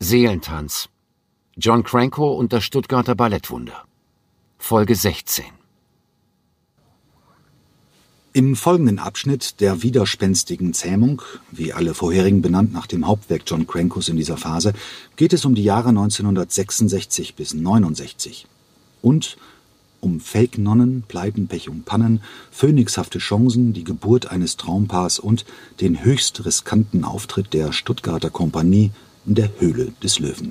Seelentanz. John Cranko und das Stuttgarter Ballettwunder. Folge 16. Im folgenden Abschnitt der widerspenstigen Zähmung, wie alle vorherigen benannt nach dem Hauptwerk John Crankos in dieser Phase, geht es um die Jahre 1966 bis 69 und um Fake-Nonnen, Pleiten, Pech und Pannen, phönixhafte Chancen, die Geburt eines Traumpaars und den höchst riskanten Auftritt der Stuttgarter Kompanie in der Höhle des Löwen.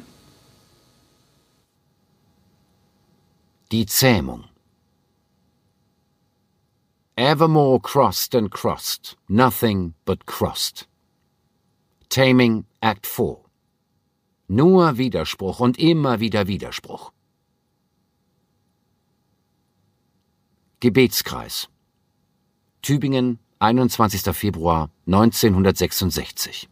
Die Zähmung. Evermore crossed and crossed, nothing but crossed. Taming, Act 4. Nur Widerspruch und immer wieder Widerspruch. Gebetskreis. Tübingen, 21. Februar 1966.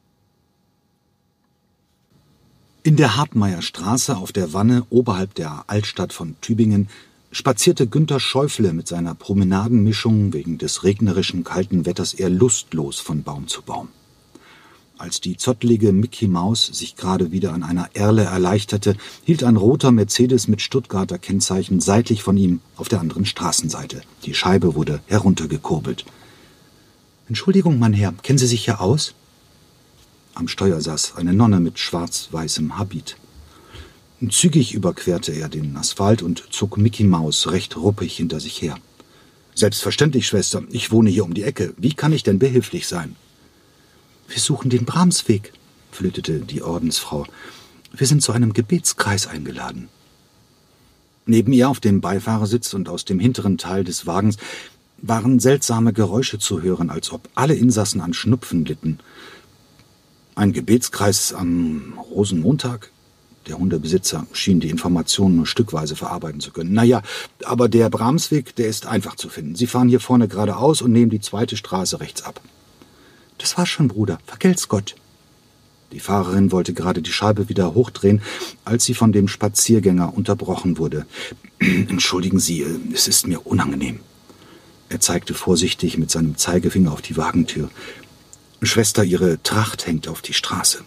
In der Hartmeierstraße auf der Wanne oberhalb der Altstadt von Tübingen spazierte Günter Schäufle mit seiner Promenadenmischung wegen des regnerischen, kalten Wetters eher lustlos von Baum zu Baum. Als die zottlige Mickey Maus sich gerade wieder an einer Erle erleichterte, hielt ein roter Mercedes mit Stuttgarter Kennzeichen seitlich von ihm auf der anderen Straßenseite. Die Scheibe wurde heruntergekurbelt. »Entschuldigung, mein Herr, kennen Sie sich hier aus?« Am Steuer saß eine Nonne mit schwarz-weißem Habit. Zügig überquerte er den Asphalt und zog Mickey Maus recht ruppig hinter sich her. »Selbstverständlich, Schwester, ich wohne hier um die Ecke. Wie kann ich denn behilflich sein?« »Wir suchen den Bramsweg«, flötete die Ordensfrau. »Wir sind zu einem Gebetskreis eingeladen.« Neben ihr auf dem Beifahrersitz und aus dem hinteren Teil des Wagens waren seltsame Geräusche zu hören, als ob alle Insassen an Schnupfen litten. »Ein Gebetskreis am Rosenmontag?« Der Hundebesitzer schien die Informationen nur stückweise verarbeiten zu können. »Naja, aber der Bramsweg, der ist einfach zu finden. Sie fahren hier vorne geradeaus und nehmen die zweite Straße rechts ab.« »Das war schon, Bruder. Vergelt's Gott.« Die Fahrerin wollte gerade die Scheibe wieder hochdrehen, als sie von dem Spaziergänger unterbrochen wurde. »Entschuldigen Sie, es ist mir unangenehm.« Er zeigte vorsichtig mit seinem Zeigefinger auf die Wagentür. »Schwester, Ihre Tracht hängt auf die Straße.«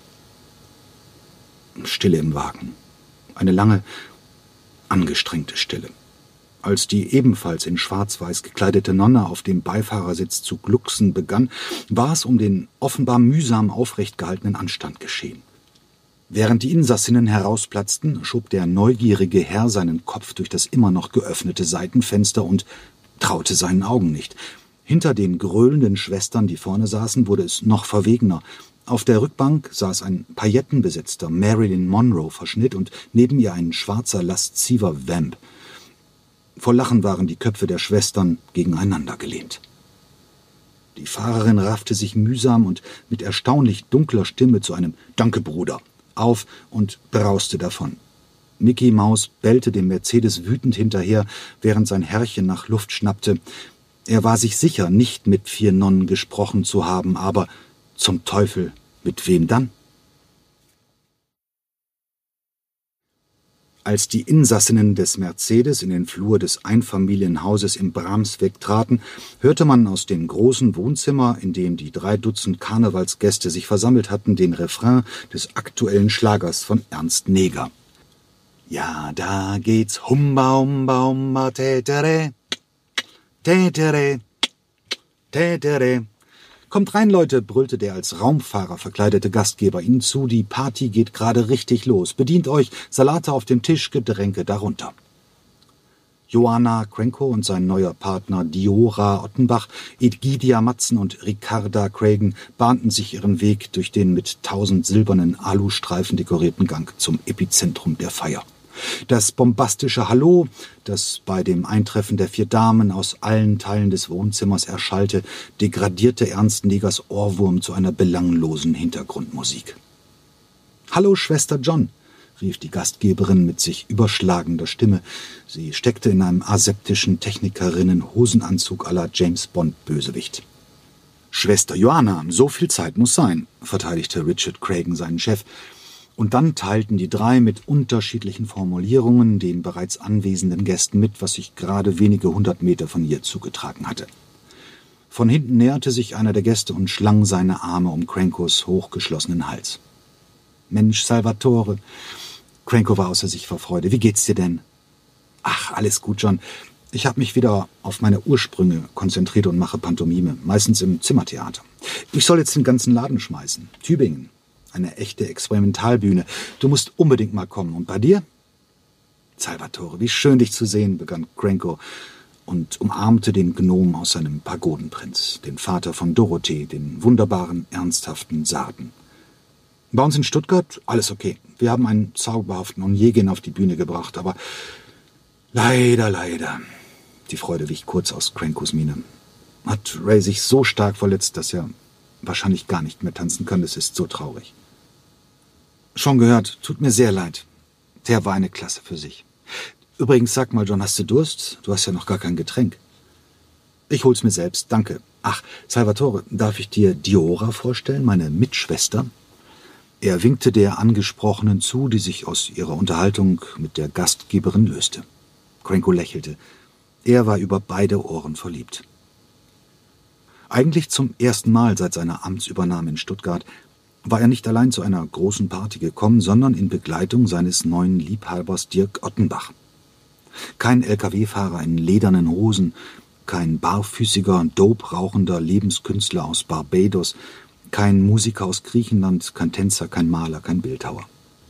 Stille im Wagen. Eine lange, angestrengte Stille. Als die ebenfalls in schwarz-weiß gekleidete Nonne auf dem Beifahrersitz zu glucksen begann, war es um den offenbar mühsam aufrecht gehaltenen Anstand geschehen. Während die Insassinnen herausplatzten, schob der neugierige Herr seinen Kopf durch das immer noch geöffnete Seitenfenster und traute seinen Augen nicht. Hinter den gröhlenden Schwestern, die vorne saßen, wurde es noch verwegener. Auf der Rückbank saß ein paillettenbesetzter Marilyn Monroe-Verschnitt und neben ihr ein schwarzer lasziver Vamp. Vor Lachen waren die Köpfe der Schwestern gegeneinander gelehnt. Die Fahrerin raffte sich mühsam und mit erstaunlich dunkler Stimme zu einem »Danke, Bruder« auf und brauste davon. Mickey Maus bellte dem Mercedes wütend hinterher, während sein Herrchen nach Luft schnappte. Er war sich sicher, nicht mit 4 Nonnen gesprochen zu haben, aber zum Teufel, mit wem dann? Als die Insassinnen des Mercedes in den Flur des Einfamilienhauses im Bramsweg traten, hörte man aus dem großen Wohnzimmer, in dem die 3 Dutzend Karnevalsgäste sich versammelt hatten, den Refrain des aktuellen Schlagers von Ernst Neger. Ja, da geht's humba, humba, humba, tätere, tätere, tätere. »Kommt rein, Leute«, brüllte der als Raumfahrer verkleidete Gastgeber ihnen zu, »die Party geht gerade richtig los. Bedient euch, Salate auf dem Tisch, Getränke darunter.« Joanna Cranko und sein neuer Partner Diora Ottenbach, Edgidia Matzen und Ricarda Cragen bahnten sich ihren Weg durch den mit 1000 silbernen Alustreifen dekorierten Gang zum Epizentrum der Feier. Das bombastische Hallo, das bei dem Eintreffen der 4 Damen aus allen Teilen des Wohnzimmers erschallte, degradierte Ernst Negers Ohrwurm zu einer belanglosen Hintergrundmusik. »Hallo, Schwester John«, rief die Gastgeberin mit sich überschlagender Stimme. Sie steckte in einem aseptischen Technikerinnen-Hosenanzug à la James-Bond-Bösewicht. »Schwester Joanna, so viel Zeit muss sein«, verteidigte Richard Cragen seinen Chef. Und dann teilten die 3 mit unterschiedlichen Formulierungen den bereits anwesenden Gästen mit, was sich gerade wenige 100 Meter von ihr zugetragen hatte. Von hinten näherte sich einer der Gäste und schlang seine Arme um Crankos hochgeschlossenen Hals. Mensch, Salvatore. Cranko war außer sich vor Freude. Wie geht's dir denn? Ach, alles gut, John. Ich habe mich wieder auf meine Ursprünge konzentriert und mache Pantomime, meistens im Zimmertheater. Ich soll jetzt den ganzen Laden schmeißen. Tübingen, eine echte Experimentalbühne. Du musst unbedingt mal kommen. Und bei dir? Salvatore, wie schön dich zu sehen, begann Cranko und umarmte den Gnom aus seinem Pagodenprinz, den Vater von Dorothee, den wunderbaren, ernsthaften Sarden. Bei uns in Stuttgart alles okay. Wir haben einen zauberhaften Onegin auf die Bühne gebracht, aber leider. Die Freude wich kurz aus Crankos Miene. Hat Ray sich so stark verletzt, dass er wahrscheinlich gar nicht mehr tanzen kann. Es ist so traurig. Schon gehört, tut mir sehr leid. Der war eine Klasse für sich. Übrigens, sag mal, John, hast du Durst? Du hast ja noch gar kein Getränk. Ich hol's mir selbst, danke. Ach, Salvatore, darf ich dir Diora vorstellen, meine Mitschwester? Er winkte der Angesprochenen zu, die sich aus ihrer Unterhaltung mit der Gastgeberin löste. Cranko lächelte. Er war über beide Ohren verliebt. Eigentlich zum ersten Mal seit seiner Amtsübernahme in Stuttgart war er nicht allein zu einer großen Party gekommen, sondern in Begleitung seines neuen Liebhabers Dirk Ottenbach. Kein Lkw-Fahrer in ledernen Hosen, kein barfüßiger, dope-rauchender Lebenskünstler aus Barbados, kein Musiker aus Griechenland, kein Tänzer, kein Maler, kein Bildhauer.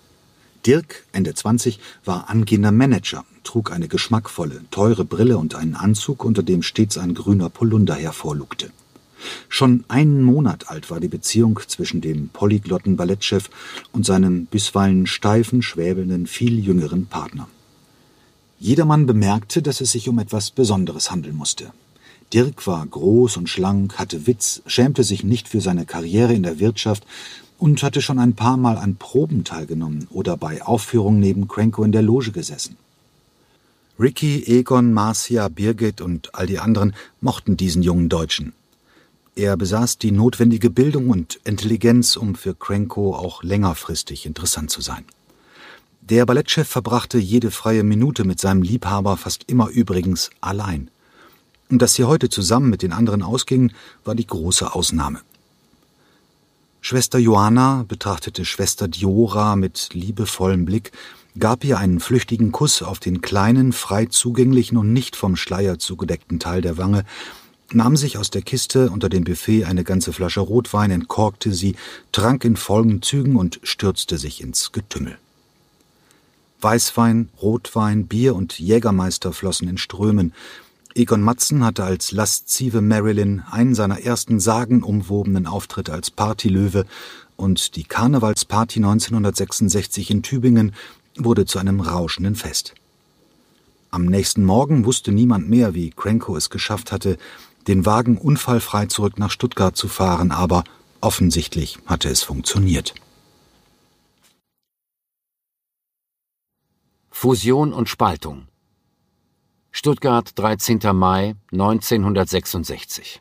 Dirk, Ende 20, war angehender Manager, trug eine geschmackvolle, teure Brille und einen Anzug, unter dem stets ein grüner Polunder hervorlugte. Schon einen Monat alt war die Beziehung zwischen dem polyglotten Ballettchef und seinem bisweilen steifen, schwäbelnden, viel jüngeren Partner. Jedermann bemerkte, dass es sich um etwas Besonderes handeln musste. Dirk war groß und schlank, hatte Witz, schämte sich nicht für seine Karriere in der Wirtschaft und hatte schon ein paar Mal an Proben teilgenommen oder bei Aufführungen neben Cranko in der Loge gesessen. Ricky, Egon, Marcia, Birgit und all die anderen mochten diesen jungen Deutschen. Er besaß die notwendige Bildung und Intelligenz, um für Cranko auch längerfristig interessant zu sein. Der Ballettchef verbrachte jede freie Minute mit seinem Liebhaber fast immer übrigens allein. Und dass sie heute zusammen mit den anderen ausgingen, war die große Ausnahme. Schwester Johanna betrachtete Schwester Diora mit liebevollem Blick, gab ihr einen flüchtigen Kuss auf den kleinen, frei zugänglichen und nicht vom Schleier zugedeckten Teil der Wange, nahm sich aus der Kiste unter dem Buffet eine ganze Flasche Rotwein, entkorkte sie, trank in vollen Zügen und stürzte sich ins Getümmel. Weißwein, Rotwein, Bier und Jägermeister flossen in Strömen. Egon Matzen hatte als laszive Marilyn einen seiner ersten sagenumwobenen Auftritte als Partylöwe und die Karnevalsparty 1966 in Tübingen wurde zu einem rauschenden Fest. Am nächsten Morgen wusste niemand mehr, wie Cranko es geschafft hatte, den Wagen unfallfrei zurück nach Stuttgart zu fahren, aber offensichtlich hatte es funktioniert. Fusion und Spaltung. Stuttgart, 13. Mai 1966.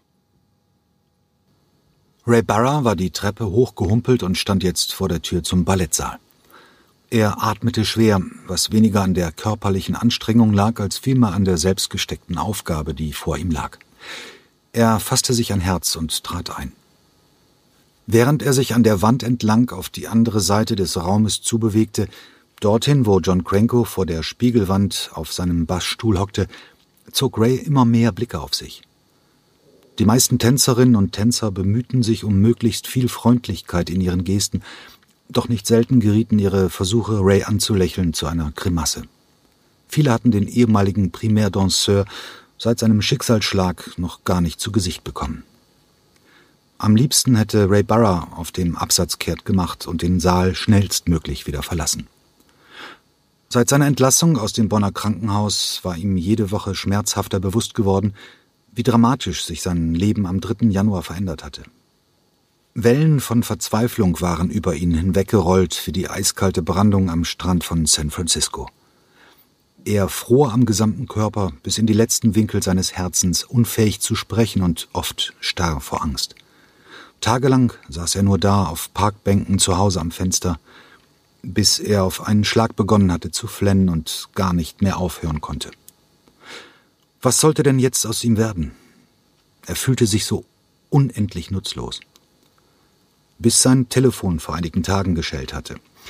Ray Barra war die Treppe hochgehumpelt und stand jetzt vor der Tür zum Ballettsaal. Er atmete schwer, was weniger an der körperlichen Anstrengung lag, als vielmehr an der selbstgesteckten Aufgabe, die vor ihm lag. Er fasste sich ein Herz und trat ein. Während er sich an der Wand entlang auf die andere Seite des Raumes zubewegte, dorthin, wo John Cranko vor der Spiegelwand auf seinem Bassstuhl hockte, zog Ray immer mehr Blicke auf sich. Die meisten Tänzerinnen und Tänzer bemühten sich um möglichst viel Freundlichkeit in ihren Gesten, doch nicht selten gerieten ihre Versuche, Ray anzulächeln, zu einer Grimasse. Viele hatten den ehemaligen Primärdanseur seit seinem Schicksalsschlag noch gar nicht zu Gesicht bekommen. Am liebsten hätte Ray Barra auf dem Absatz kehrt gemacht und den Saal schnellstmöglich wieder verlassen. Seit seiner Entlassung aus dem Bonner Krankenhaus war ihm jede Woche schmerzhafter bewusst geworden, wie dramatisch sich sein Leben am 3. Januar verändert hatte. Wellen von Verzweiflung waren über ihn hinweggerollt wie die eiskalte Brandung am Strand von San Francisco. Er fror am gesamten Körper bis in die letzten Winkel seines Herzens, unfähig zu sprechen und oft starr vor Angst. Tagelang saß er nur da auf Parkbänken zu Hause am Fenster, bis er auf einen Schlag begonnen hatte zu flennen und gar nicht mehr aufhören konnte. Was sollte denn jetzt aus ihm werden? Er fühlte sich so unendlich nutzlos. Bis sein Telefon vor einigen Tagen geschellt hatte.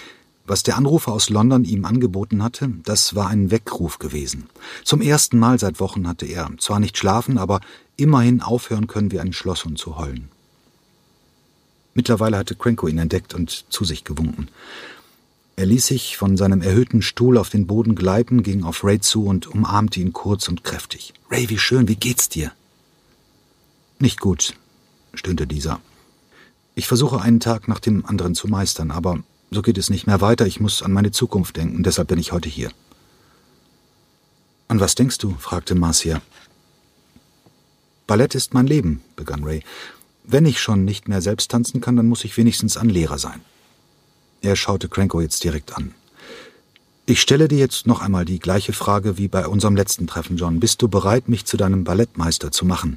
Was der Anrufer aus London ihm angeboten hatte, das war ein Weckruf gewesen. Zum ersten Mal seit Wochen hatte er zwar nicht schlafen, aber immerhin aufhören können, wie ein Schlosshund zu heulen. Mittlerweile hatte Cranko ihn entdeckt und zu sich gewunken. Er ließ sich von seinem erhöhten Stuhl auf den Boden gleiten, ging auf Ray zu und umarmte ihn kurz und kräftig. »Ray, wie schön, wie geht's dir?« »Nicht gut«, stöhnte dieser. »Ich versuche einen Tag nach dem anderen zu meistern, aber so geht es nicht mehr weiter. Ich muss an meine Zukunft denken, deshalb bin ich heute hier.« »An was denkst du?« fragte Marcia. »Ballett ist mein Leben«, begann Ray. »Wenn ich schon nicht mehr selbst tanzen kann, dann muss ich wenigstens ein Lehrer sein.« Er schaute Cranko jetzt direkt an. »Ich stelle dir jetzt noch einmal die gleiche Frage wie bei unserem letzten Treffen, John. Bist du bereit, mich zu deinem Ballettmeister zu machen?«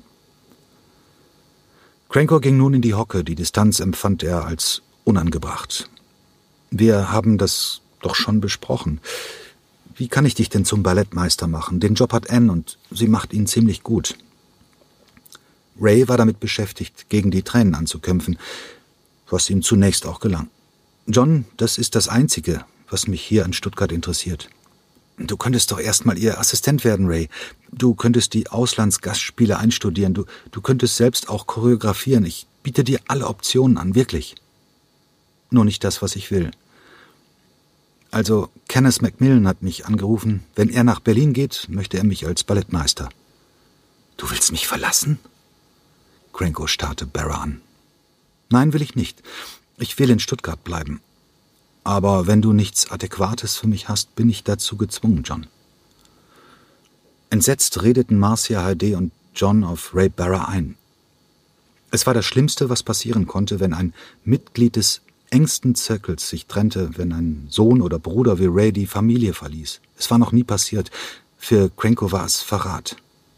Cranko ging nun in die Hocke. Die Distanz empfand er als unangebracht. »Wir haben das doch schon besprochen. Wie kann ich dich denn zum Ballettmeister machen? Den Job hat Anne und sie macht ihn ziemlich gut.« Ray war damit beschäftigt, gegen die Tränen anzukämpfen, was ihm zunächst auch gelang. »John, das ist das Einzige, was mich hier in Stuttgart interessiert. Du könntest doch erst mal ihr Assistent werden, Ray. Du könntest die Auslandsgastspiele einstudieren. Du könntest selbst auch choreografieren. Ich biete dir alle Optionen an, wirklich. Nur nicht das, was ich will. Also, Kenneth Macmillan hat mich angerufen. Wenn er nach Berlin geht, möchte er mich als Ballettmeister.« »Du willst mich verlassen?« Cranko starrte Barra an. »Nein, will ich nicht. Ich will in Stuttgart bleiben. Aber wenn du nichts Adäquates für mich hast, bin ich dazu gezwungen, John.« Entsetzt redeten Marcia Hayde und John auf Ray Barra ein. Es war das Schlimmste, was passieren konnte, wenn ein Mitglied des engsten Zirkels sich trennte, wenn ein Sohn oder Bruder wie Ray die Familie verließ. Es war noch nie passiert. Für Cranko war es Verrat.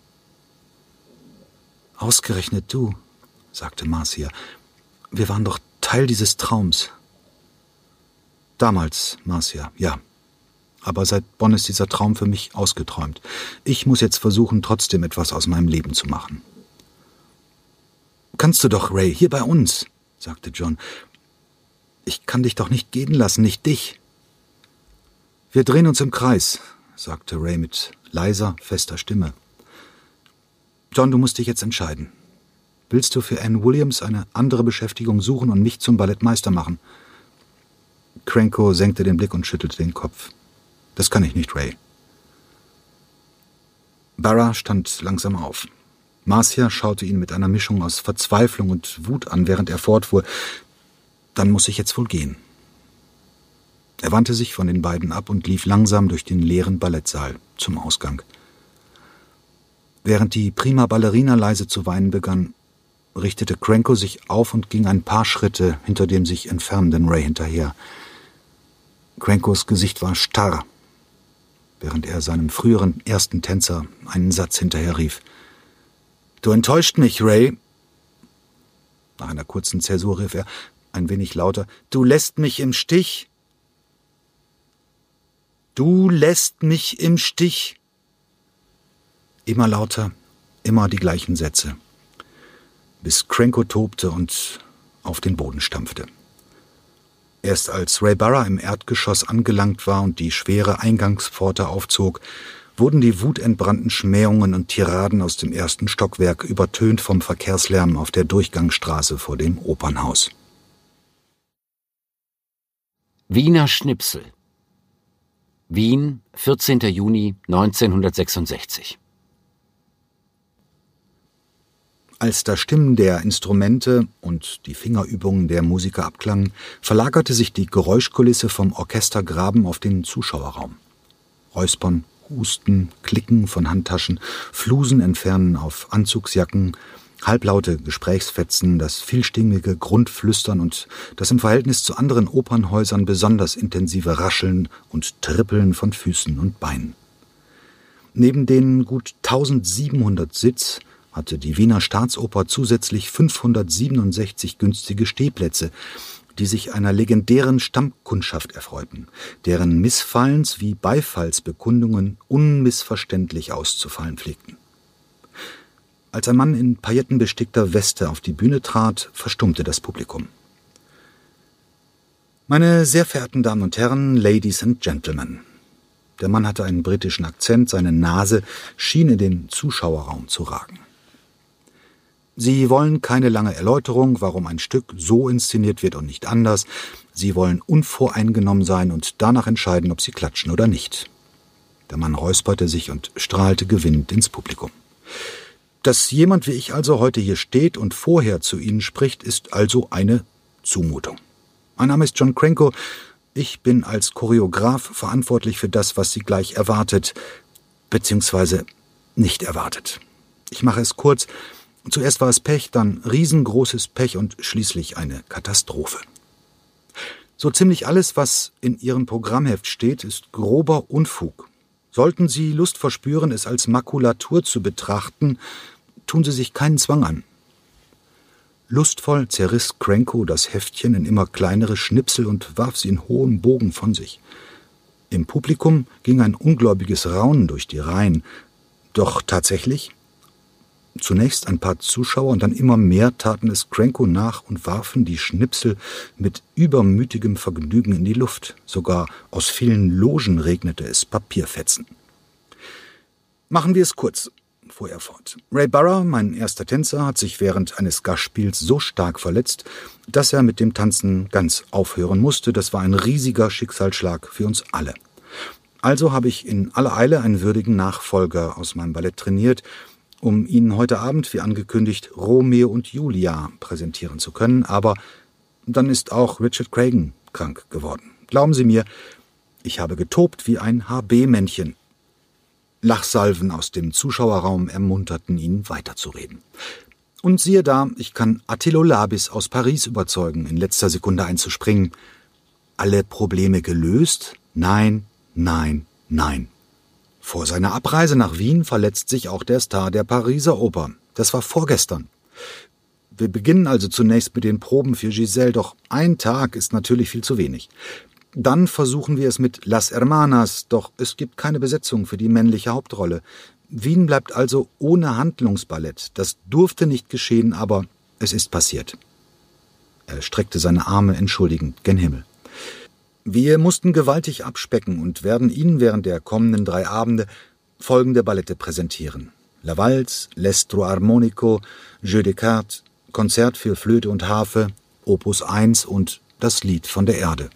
»Ausgerechnet du«, sagte Marcia. »Wir waren doch Teil dieses Traums.« »Damals, Marcia, ja. Aber seit Bonn ist dieser Traum für mich ausgeträumt. Ich muss jetzt versuchen, trotzdem etwas aus meinem Leben zu machen.« »Kannst du doch, Ray, hier bei uns«, sagte John. »Ich kann dich doch nicht gehen lassen, nicht dich.« »Wir drehen uns im Kreis«, sagte Ray mit leiser, fester Stimme. »John, du musst dich jetzt entscheiden. Willst du für Anne Williams eine andere Beschäftigung suchen und mich zum Ballettmeister machen?« Cranko senkte den Blick und schüttelte den Kopf. »Das kann ich nicht, Ray.« Barra stand langsam auf. Marcia schaute ihn mit einer Mischung aus Verzweiflung und Wut an, während er fortfuhr. »Dann muss ich jetzt wohl gehen.« Er wandte sich von den beiden ab und lief langsam durch den leeren Ballettsaal zum Ausgang. Während die prima Ballerina leise zu weinen begann, richtete Cranko sich auf und ging ein paar Schritte hinter dem sich entfernenden Ray hinterher. Crankos Gesicht war starr, während er seinem früheren ersten Tänzer einen Satz hinterher rief. »Du enttäuscht mich, Ray.« Nach einer kurzen Zäsur rief er, ein wenig lauter, »Du lässt mich im Stich. Du lässt mich im Stich.« Immer lauter, immer die gleichen Sätze, bis Cranko tobte und auf den Boden stampfte. Erst als Ray Barra im Erdgeschoss angelangt war und die schwere Eingangspforte aufzog, wurden die wutentbrannten Schmähungen und Tiraden aus dem ersten Stockwerk übertönt vom Verkehrslärm auf der Durchgangsstraße vor dem Opernhaus. Wiener Schnipsel. Wien, 14. Juni 1966. Als das Stimmen der Instrumente und die Fingerübungen der Musiker abklangen, verlagerte sich die Geräuschkulisse vom Orchestergraben auf den Zuschauerraum. Räuspern, Husten, Klicken von Handtaschen, Flusen entfernen auf Anzugsjacken, halblaute Gesprächsfetzen, das vielstimmige Grundflüstern und das im Verhältnis zu anderen Opernhäusern besonders intensive Rascheln und Trippeln von Füßen und Beinen. Neben den gut 1700 Sitz hatte die Wiener Staatsoper zusätzlich 567 günstige Stehplätze, die sich einer legendären Stammkundschaft erfreuten, deren Missfallens- wie Beifallsbekundungen unmissverständlich auszufallen pflegten. Als ein Mann in paillettenbestickter Weste auf die Bühne trat, verstummte das Publikum. Meine sehr verehrten Damen und Herren, Ladies and Gentlemen. Der Mann hatte einen britischen Akzent, seine Nase schien in den Zuschauerraum zu ragen. Sie wollen keine lange Erläuterung, warum ein Stück so inszeniert wird und nicht anders. Sie wollen unvoreingenommen sein und danach entscheiden, ob Sie klatschen oder nicht. Der Mann räusperte sich und strahlte gewinnend ins Publikum. Dass jemand wie ich also heute hier steht und vorher zu Ihnen spricht, ist also eine Zumutung. Mein Name ist John Cranko. Ich bin als Choreograf verantwortlich für das, was Sie gleich erwartet, beziehungsweise nicht erwartet. Ich mache es kurz. Zuerst war es Pech, dann riesengroßes Pech und schließlich eine Katastrophe. So ziemlich alles, was in Ihrem Programmheft steht, ist grober Unfug. Sollten Sie Lust verspüren, es als Makulatur zu betrachten, tun Sie sich keinen Zwang an. Lustvoll zerriss Cranko das Heftchen in immer kleinere Schnipsel und warf sie in hohem Bogen von sich. Im Publikum ging ein ungläubiges Raunen durch die Reihen. Doch tatsächlich, zunächst ein paar Zuschauer und dann immer mehr taten es Cranko nach und warfen die Schnipsel mit übermütigem Vergnügen in die Luft. Sogar aus vielen Logen regnete es Papierfetzen. Machen wir es kurz, fuhr er fort. Ray Burrough, mein erster Tänzer, hat sich während eines Gastspiels so stark verletzt, dass er mit dem Tanzen ganz aufhören musste. Das war ein riesiger Schicksalsschlag für uns alle. Also habe ich in aller Eile einen würdigen Nachfolger aus meinem Ballett trainiert, um Ihnen heute Abend, wie angekündigt, Romeo und Julia präsentieren zu können. Aber dann ist auch Richard Cragen krank geworden. Glauben Sie mir, ich habe getobt wie ein HB-Männchen. Lachsalven aus dem Zuschauerraum ermunterten ihn, weiterzureden. Und siehe da, ich kann Attilo Labis aus Paris überzeugen, in letzter Sekunde einzuspringen. Alle Probleme gelöst? Nein, nein, nein. Vor seiner Abreise nach Wien verletzt sich auch der Star der Pariser Oper. Das war vorgestern. Wir beginnen also zunächst mit den Proben für Giselle, doch ein Tag ist natürlich viel zu wenig. Dann versuchen wir es mit Las Hermanas, doch es gibt keine Besetzung für die männliche Hauptrolle. Wien bleibt also ohne Handlungsballett. Das durfte nicht geschehen, aber es ist passiert. Er streckte seine Arme entschuldigend gen Himmel. Wir mussten gewaltig abspecken und werden Ihnen während der kommenden 3 Abende folgende Ballette präsentieren. La Valse, L'Estro Armonico, Jeu des Cartes, Konzert für Flöte und Harfe, Opus 1 und das Lied von der Erde.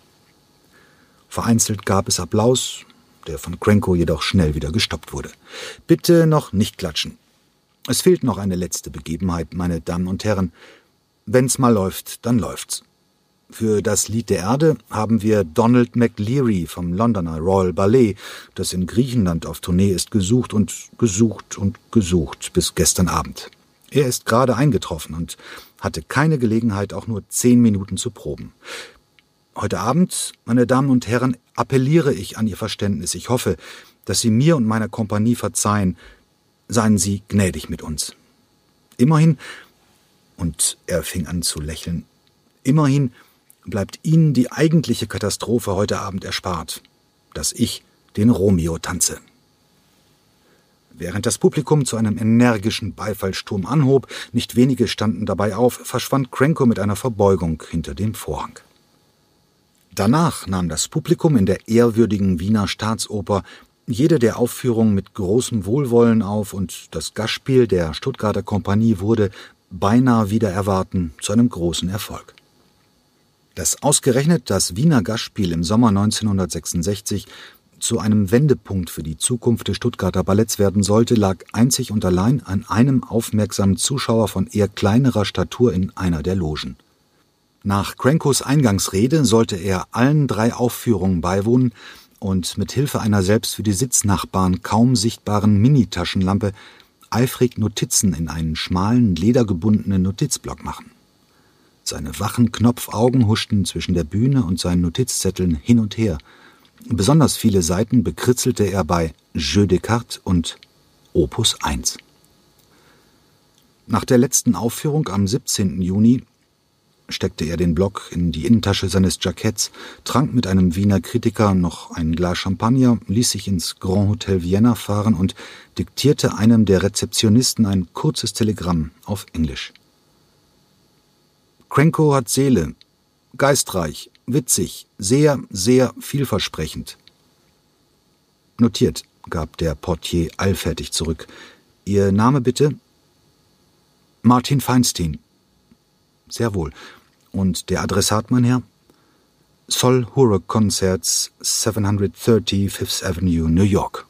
Vereinzelt gab es Applaus, der von Cranko jedoch schnell wieder gestoppt wurde. Bitte noch nicht klatschen. Es fehlt noch eine letzte Begebenheit, meine Damen und Herren. Wenn's mal läuft, dann läuft's. Für das Lied der Erde haben wir Donald McLeary vom Londoner Royal Ballet, das in Griechenland auf Tournee ist, gesucht und gesucht und gesucht bis gestern Abend. Er ist gerade eingetroffen und hatte keine Gelegenheit, auch nur 10 Minuten zu proben. Heute Abend, meine Damen und Herren, appelliere ich an Ihr Verständnis. Ich hoffe, dass Sie mir und meiner Kompanie verzeihen. Seien Sie gnädig mit uns. Immerhin, und er fing an zu lächeln, immerhin bleibt Ihnen die eigentliche Katastrophe heute Abend erspart, dass ich den Romeo tanze. Während das Publikum zu einem energischen Beifallssturm anhob, nicht wenige standen dabei auf, verschwand Cranko mit einer Verbeugung hinter dem Vorhang. Danach nahm das Publikum in der ehrwürdigen Wiener Staatsoper jede der Aufführungen mit großem Wohlwollen auf und das Gastspiel der Stuttgarter Kompanie wurde, beinahe wider Erwarten, zu einem großen Erfolg. Dass ausgerechnet das Wiener Gastspiel im Sommer 1966 zu einem Wendepunkt für die Zukunft des Stuttgarter Balletts werden sollte, lag einzig und allein an einem aufmerksamen Zuschauer von eher kleinerer Statur in einer der Logen. Nach Crankos Eingangsrede sollte er allen 3 Aufführungen beiwohnen und mit Hilfe einer selbst für die Sitznachbarn kaum sichtbaren Mini-Taschenlampe eifrig Notizen in einen schmalen, ledergebundenen Notizblock machen. Seine wachen Knopfaugen huschten zwischen der Bühne und seinen Notizzetteln hin und her. Besonders viele Seiten bekritzelte er bei Jeu des Cartes und Opus 1. Nach der letzten Aufführung am 17. Juni steckte er den Block in die Innentasche seines Jacketts, trank mit einem Wiener Kritiker noch ein Glas Champagner, ließ sich ins Grand Hotel Vienna fahren und diktierte einem der Rezeptionisten ein kurzes Telegramm auf Englisch. Cranko hat Seele, geistreich, witzig, sehr, sehr vielversprechend.« »Notiert«, gab der Portier eilfertig zurück. »Ihr Name bitte?« »Martin Feinstein.« »Sehr wohl. Und der Adressat, mein Herr?« »Sol Hurok Concerts, 730 Fifth Avenue, New York.«